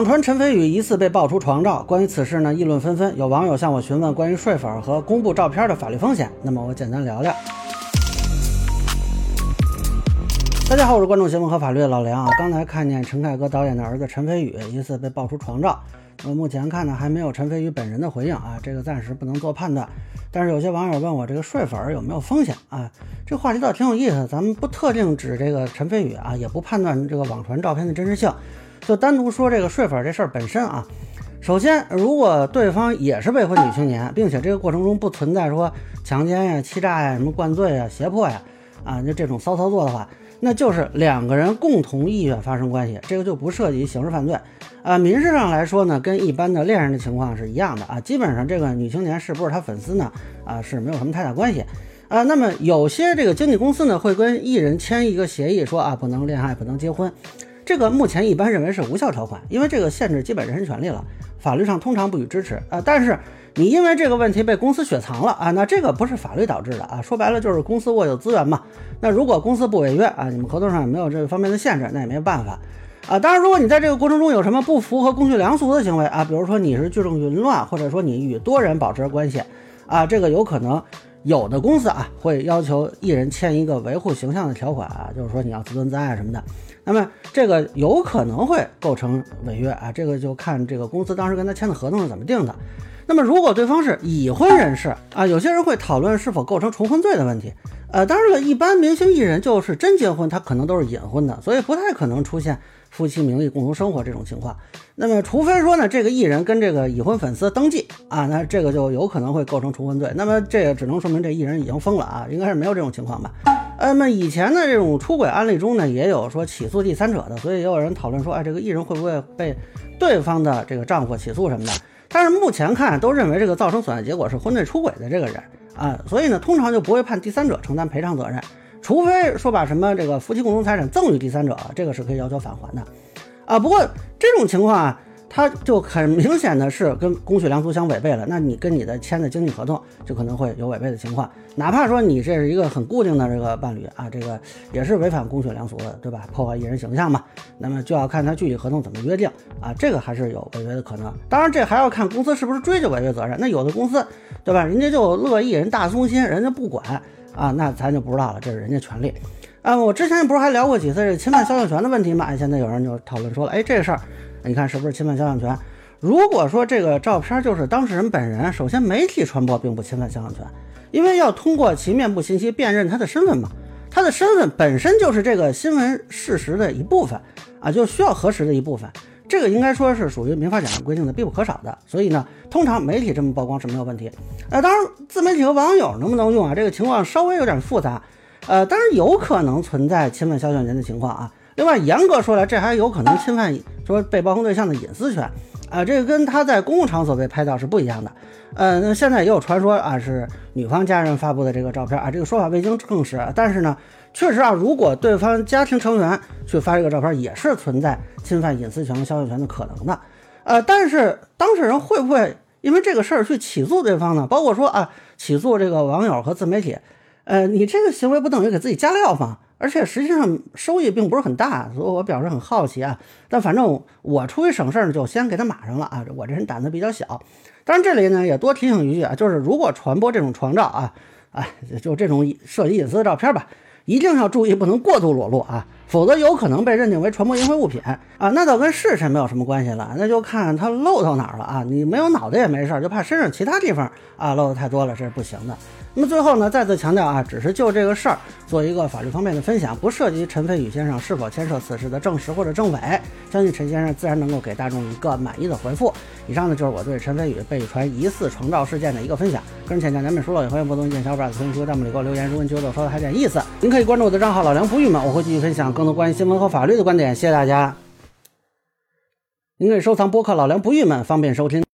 网传陈飞宇疑似被爆出床照，关于此事呢，议论纷纷。有网友向我询问关于睡粉和公布照片的法律风险，那么我简单聊聊。大家好，我是关注新闻和法律的老梁啊。刚才看见陈凯歌导演的儿子陈飞宇疑似被爆出床照，目前看呢还没有陈飞宇本人的回应啊，这个暂时不能做判断。但是有些网友问我这个睡粉有没有风险啊？这个话题倒挺有意思，咱们不特定指这个陈飞宇啊，也不判断这个网传照片的真实性。就单独说这个睡粉这事儿本身啊，首先如果对方也是未婚女青年，并且这个过程中不存在说强奸呀、欺诈呀、什么灌醉呀、胁迫呀就这种骚操作的话，那就是两个人共同意愿发生关系，这个就不涉及刑事犯罪民事上来说呢，跟一般的恋人的情况是一样的啊。基本上这个女青年是不是他粉丝呢是没有什么太大关系那么有些这个经纪公司呢会跟艺人签一个协议说不能恋爱不能结婚，这个目前一般认为是无效条款，因为这个限制基本人身权利了，法律上通常不予支持但是你因为这个问题被公司雪藏了那这个不是法律导致的说白了就是公司握有资源嘛。那如果公司不违约你们合同上也没有这方面的限制，那也没有办法当然如果你在这个过程中有什么不符合公序良俗的行为比如说你是聚众淫乱，或者说你与多人保持关系这个有可能有的公司会要求艺人签一个维护形象的条款就是说你要自尊自爱什么的，那么这个有可能会构成违约这个就看这个公司当时跟他签的合同是怎么定的。那么如果对方是已婚人士有些人会讨论是否构成重婚罪的问题当然了，一般明星艺人就是真结婚他可能都是隐婚的，所以不太可能出现夫妻名义共同生活这种情况。那么除非说呢这个艺人跟这个已婚粉丝登记那这个就有可能会构成重婚罪，那么这个只能说明这艺人已经疯了应该是没有这种情况吧。那么以前的这种出轨案例中呢也有说起诉第三者的，所以也有人讨论说这个艺人会不会被对方的这个丈夫起诉什么的，但是目前看都认为这个造成损害结果是婚内出轨的这个人所以呢通常就不会判第三者承担赔偿责任，除非说把什么这个夫妻共同财产赠与第三者这个是可以要求返还的不过这种情况它就很明显的是跟公序良俗相违背了，那你跟你的签的经济合同就可能会有违背的情况，哪怕说你这是一个很固定的这个伴侣这个也是违反公序良俗的，对吧？破坏艺人形象嘛，那么就要看他具体合同怎么约定这个还是有违约的可能。当然这还要看公司是不是追究违约责任，那有的公司对吧，人家就乐意人大松心，人家不管那咱就不知道了，这是人家权利我之前不是还聊过几次这侵犯肖像权的问题吗？现在有人就讨论说了这事儿你看是不是侵犯肖像权？如果说这个照片就是当事人本人，首先媒体传播并不侵犯肖像权，因为要通过其面部信息辨认他的身份嘛，他的身份本身就是这个新闻事实的一部分就需要核实的一部分，这个应该说是属于民法典上规定的必不可少的，所以呢通常媒体这么曝光是没有问题当然自媒体和网友能不能用这个情况稍微有点复杂当然有可能存在侵犯肖像权的情况另外严格说来这还有可能侵犯说被曝光对象的隐私权这个跟他在公共场所被拍到是不一样的那现在也有传说是女方家人发布的这个照片这个说法未经证实但是呢确实如果对方家庭成员去发这个照片也是存在侵犯隐私权和肖像权的可能的但是当事人会不会因为这个事儿去起诉对方呢？包括说起诉这个网友和自媒体你这个行为不等于给自己加料吗？而且实际上收益并不是很大，所以我表示很好奇但反正我出于省事呢就先给他码上了我这人胆子比较小。当然这里呢也多提醒一句就是如果传播这种床照就这种涉及隐私的照片吧，一定要注意不能过度裸露否则有可能被认定为传播淫秽物品那倒跟是谁没有什么关系了，那就看他露到哪儿了你没有脑袋也没事，就怕身上其他地方露的太多了，这是不行的。那么最后呢再次强调只是就这个事儿做一个法律方面的分享，不涉及陈飞宇先生是否牵涉此事的证实或者证伪，相信陈先生自然能够给大众一个满意的回复。以上呢就是我对陈飞宇被传疑似床照事件的一个分享，个人浅见难免疏漏，也欢迎不同意见小伙伴评论区弹幕里给我留言，如果你觉得我说的还有点意思，您可以关注我的账号老梁不郁闷，我会继续分享更多关于新闻和法律的观点，谢谢大家。您可以收藏播客老梁不郁闷，方便收听。